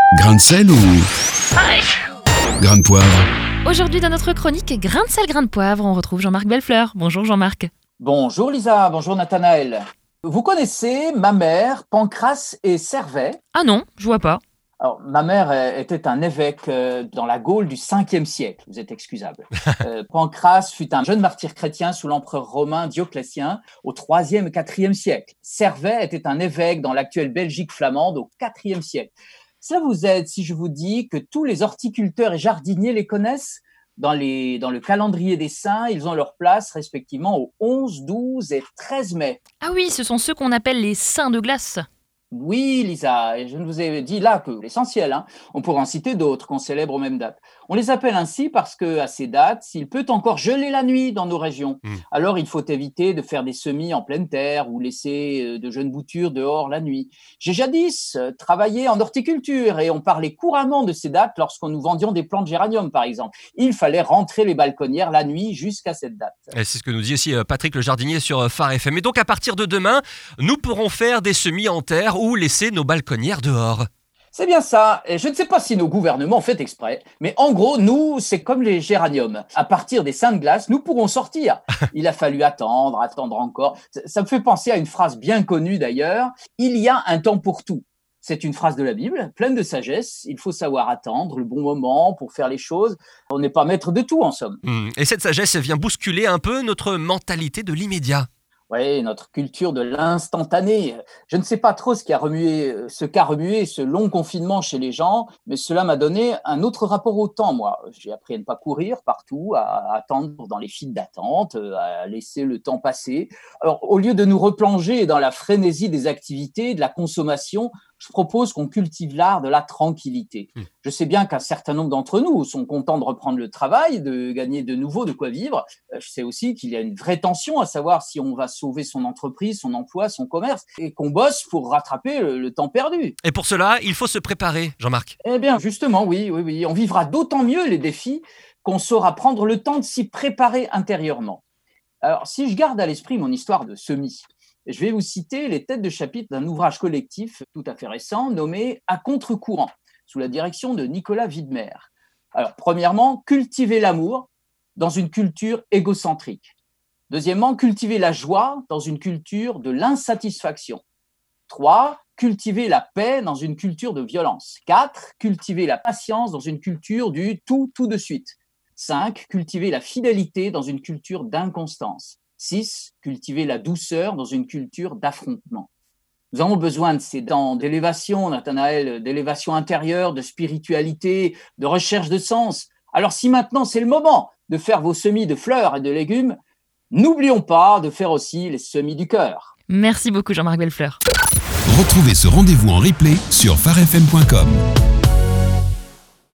Grain de sel ou grain de poivre? Aujourd'hui dans notre chronique Grain de sel, grain de poivre, on retrouve Jean-Marc Bellefleur. Bonjour Jean-Marc. Bonjour Lisa, bonjour Nathanaël. Vous connaissez Mamère, Pancrace et Servet? Ah non, je vois pas. Alors, Mamère était un évêque dans la Gaule du 5e siècle, vous êtes excusable. Pancrace fut un jeune martyr chrétien sous l'empereur romain Dioclétien au 3e et 4e siècle. Servet était un évêque dans l'actuelle Belgique flamande au 4e siècle. Cela vous aide si je vous dis que tous les horticulteurs et jardiniers les connaissent? Dans le calendrier des saints, ils ont leur place respectivement au 11, 12 et 13 mai. Ah oui, ce sont ceux qu'on appelle les saints de glace. Oui, Lisa, et je ne vous ai dit là que l'essentiel. On pourrait en citer d'autres qu'on célèbre aux mêmes dates. On les appelle ainsi parce qu'à ces dates, il peut encore geler la nuit dans nos régions. Alors, il faut éviter de faire des semis en pleine terre ou laisser de jeunes boutures dehors la nuit. J'ai jadis travaillé en horticulture et on parlait couramment de ces dates lorsqu'on nous vendions des plants de géranium, par exemple. Il fallait rentrer les balconnières la nuit jusqu'à cette date. Et c'est ce que nous dit aussi Patrick le jardinier sur Phare FM. Et donc, à partir de demain, nous pourrons faire des semis en terre ou laisser nos balconnières dehors. C'est bien ça. Et je ne sais pas si nos gouvernements ont fait exprès, mais en gros, nous, c'est comme les géraniums. À partir des saints de glace, nous pourrons sortir. Il a fallu attendre encore. Ça me fait penser à une phrase bien connue d'ailleurs. Il y a un temps pour tout. C'est une phrase de la Bible, pleine de sagesse. Il faut savoir attendre le bon moment pour faire les choses. On n'est pas maître de tout, en somme. Et cette sagesse vient bousculer un peu notre mentalité de l'immédiat. Oui, notre culture de l'instantané. Je ne sais pas trop ce qu'a remué ce long confinement chez les gens, mais cela m'a donné un autre rapport au temps, moi. J'ai appris à ne pas courir partout, à attendre dans les files d'attente, à laisser le temps passer. Alors, au lieu de nous replonger dans la frénésie des activités, de la consommation, je propose qu'on cultive l'art de la tranquillité. Je sais bien qu'un certain nombre d'entre nous sont contents de reprendre le travail, de gagner de nouveau de quoi vivre. Je sais aussi qu'il y a une vraie tension à savoir si on va sauver son entreprise, son emploi, son commerce, et qu'on bosse pour rattraper le temps perdu. Et pour cela, il faut se préparer, Jean-Marc. Eh bien, justement, oui. On vivra d'autant mieux les défis qu'on saura prendre le temps de s'y préparer intérieurement. Alors, si je garde à l'esprit mon histoire de semis, je vais vous citer les têtes de chapitre d'un ouvrage collectif tout à fait récent nommé « À contre-courant » sous la direction de Nicolas Widmer. Alors, premièrement, cultiver l'amour dans une culture égocentrique. Deuxièmement, cultiver la joie dans une culture de l'insatisfaction. 3. Cultiver la paix dans une culture de violence. 4. Cultiver la patience dans une culture du tout de suite. 5. Cultiver la fidélité dans une culture d'inconstance. 6. Cultiver la douceur dans une culture d'affrontement. Nous avons besoin de ces temps d'élévation, Nathanaël, d'élévation intérieure, de spiritualité, de recherche de sens. Alors si maintenant c'est le moment de faire vos semis de fleurs et de légumes, n'oublions pas de faire aussi les semis du cœur. Merci beaucoup Jean-Marc Bellefleur. Retrouvez ce rendez-vous en replay sur pharefm.com.